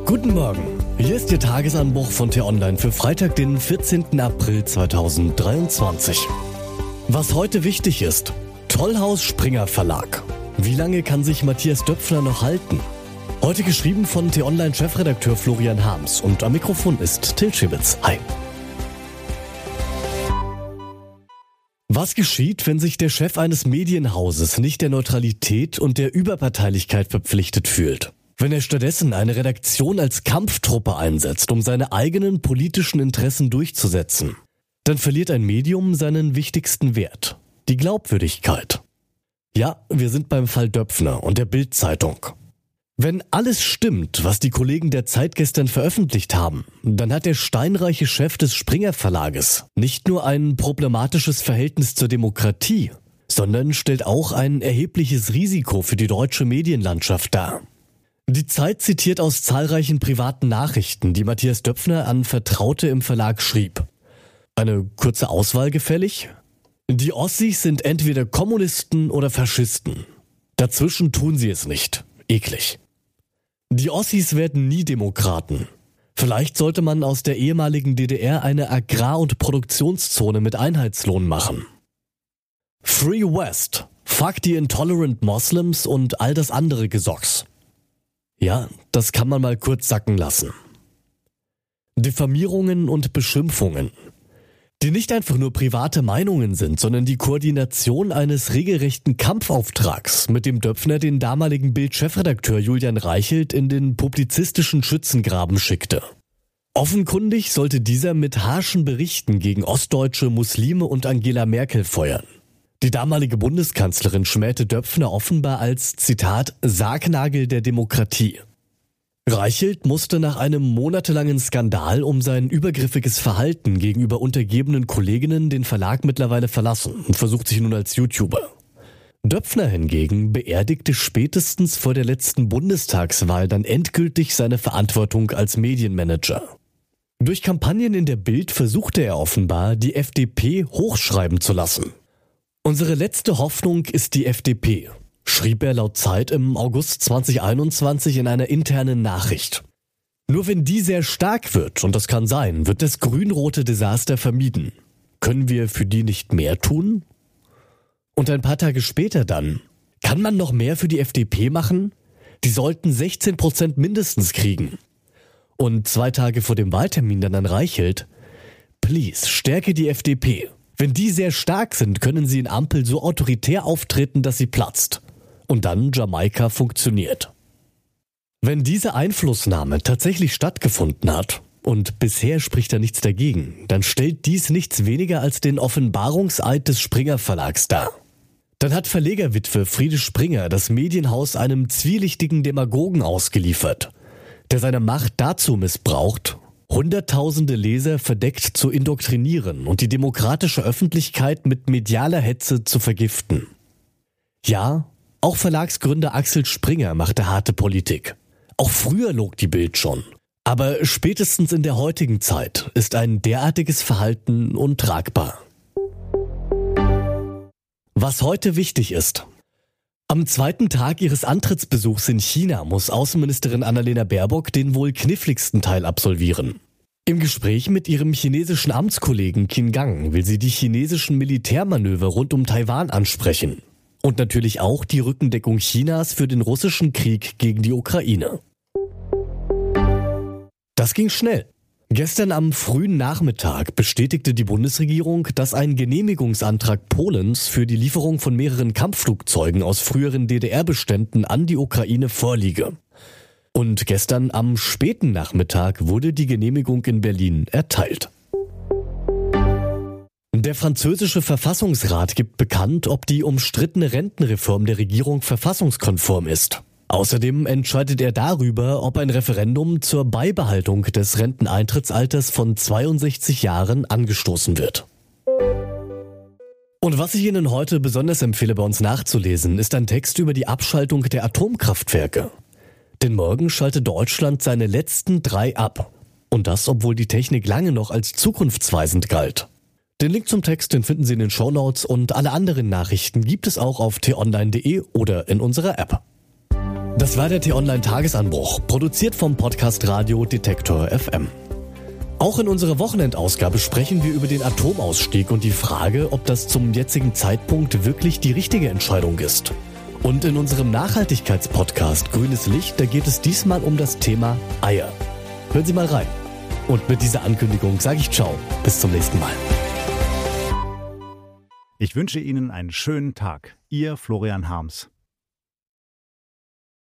Guten Morgen, hier ist Ihr Tagesanbruch von T-Online für Freitag, den 14. April 2023. Was heute wichtig ist: Tollhaus Springer Verlag. Wie lange kann sich Matthias Döpfner noch halten? Heute geschrieben von T-Online-Chefredakteur Florian Harms und am Mikrofon ist Till Schibitz. Hi. Was geschieht, wenn sich der Chef eines Medienhauses nicht der Neutralität und der Überparteilichkeit verpflichtet fühlt? Wenn er stattdessen eine Redaktion als Kampftruppe einsetzt, um seine eigenen politischen Interessen durchzusetzen, dann verliert ein Medium seinen wichtigsten Wert: die Glaubwürdigkeit. Ja, wir sind beim Fall Döpfner und der Bild-Zeitung. Wenn alles stimmt, was die Kollegen der Zeit gestern veröffentlicht haben, dann hat der steinreiche Chef des Springer Verlages nicht nur ein problematisches Verhältnis zur Demokratie, sondern stellt auch ein erhebliches Risiko für die deutsche Medienlandschaft dar. Die Zeit zitiert aus zahlreichen privaten Nachrichten, die Matthias Döpfner an Vertraute im Verlag schrieb. Eine kurze Auswahl gefällig? Die Ossis sind entweder Kommunisten oder Faschisten. Dazwischen tun sie es nicht. Eklig. Die Ossis werden nie Demokraten. Vielleicht sollte man aus der ehemaligen DDR eine Agrar- und Produktionszone mit Einheitslohn machen. Free West, fuck die intolerant Moslems und all das andere Gesocks. Ja, das kann man mal kurz sacken lassen. Diffamierungen und Beschimpfungen, die nicht einfach nur private Meinungen sind, sondern die Koordination eines regelrechten Kampfauftrags, mit dem Döpfner den damaligen Bild-Chefredakteur Julian Reichelt in den publizistischen Schützengraben schickte. Offenkundig sollte dieser mit harschen Berichten gegen Ostdeutsche, Muslime und Angela Merkel feuern. Die damalige Bundeskanzlerin schmähte Döpfner offenbar als, Zitat, Sargnagel der Demokratie. Reichelt musste nach einem monatelangen Skandal um sein übergriffiges Verhalten gegenüber untergebenen Kolleginnen den Verlag mittlerweile verlassen und versucht sich nun als YouTuber. Döpfner hingegen beerdigte spätestens vor der letzten Bundestagswahl dann endgültig seine Verantwortung als Medienmanager. Durch Kampagnen in der Bild versuchte er offenbar, die FDP hochschreiben zu lassen. Unsere letzte Hoffnung ist die FDP, schrieb er laut Zeit im August 2021 in einer internen Nachricht. Nur wenn die sehr stark wird, und das kann sein, wird das grün-rote Desaster vermieden. Können wir für die nicht mehr tun? Und ein paar Tage später dann: Kann man noch mehr für die FDP machen? Die sollten 16% mindestens kriegen. Und 2 Tage vor dem Wahltermin dann an Reichelt: Please, stärke die FDP. Wenn die sehr stark sind, können sie in Ampel so autoritär auftreten, dass sie platzt. Und dann Jamaika funktioniert. Wenn diese Einflussnahme tatsächlich stattgefunden hat, und bisher spricht da nichts dagegen, dann stellt dies nichts weniger als den Offenbarungseid des Springer Verlags dar. Dann hat Verlegerwitwe Friede Springer das Medienhaus einem zwielichtigen Demagogen ausgeliefert, der seine Macht dazu missbraucht, Hunderttausende Leser verdeckt zu indoktrinieren und die demokratische Öffentlichkeit mit medialer Hetze zu vergiften. Ja, auch Verlagsgründer Axel Springer machte harte Politik. Auch früher log die Bild schon. Aber spätestens in der heutigen Zeit ist ein derartiges Verhalten untragbar. Was heute wichtig ist: Am 2. Tag ihres Antrittsbesuchs in China muss Außenministerin Annalena Baerbock den wohl kniffligsten Teil absolvieren. Im Gespräch mit ihrem chinesischen Amtskollegen Qin Gang will sie die chinesischen Militärmanöver rund um Taiwan ansprechen. Und natürlich auch die Rückendeckung Chinas für den russischen Krieg gegen die Ukraine. Das ging schnell. Gestern am frühen Nachmittag bestätigte die Bundesregierung, dass ein Genehmigungsantrag Polens für die Lieferung von mehreren Kampfflugzeugen aus früheren DDR-Beständen an die Ukraine vorliege. Und gestern am späten Nachmittag wurde die Genehmigung in Berlin erteilt. Der französische Verfassungsrat gibt bekannt, ob die umstrittene Rentenreform der Regierung verfassungskonform ist. Außerdem entscheidet er darüber, ob ein Referendum zur Beibehaltung des Renteneintrittsalters von 62 Jahren angestoßen wird. Und was ich Ihnen heute besonders empfehle, bei uns nachzulesen, ist ein Text über die Abschaltung der Atomkraftwerke. Denn morgen schaltet Deutschland seine letzten 3 ab. Und das, obwohl die Technik lange noch als zukunftsweisend galt. Den Link zum Text, den finden Sie in den Shownotes, und alle anderen Nachrichten gibt es auch auf t-online.de oder in unserer App. Das war der T-Online-Tagesanbruch, produziert vom Podcast Radio Detektor FM. Auch in unserer Wochenendausgabe sprechen wir über den Atomausstieg und die Frage, ob das zum jetzigen Zeitpunkt wirklich die richtige Entscheidung ist. Und in unserem Nachhaltigkeitspodcast Grünes Licht, da geht es diesmal um das Thema Eier. Hören Sie mal rein. Und mit dieser Ankündigung sage ich ciao, bis zum nächsten Mal. Ich wünsche Ihnen einen schönen Tag. Ihr Florian Harms.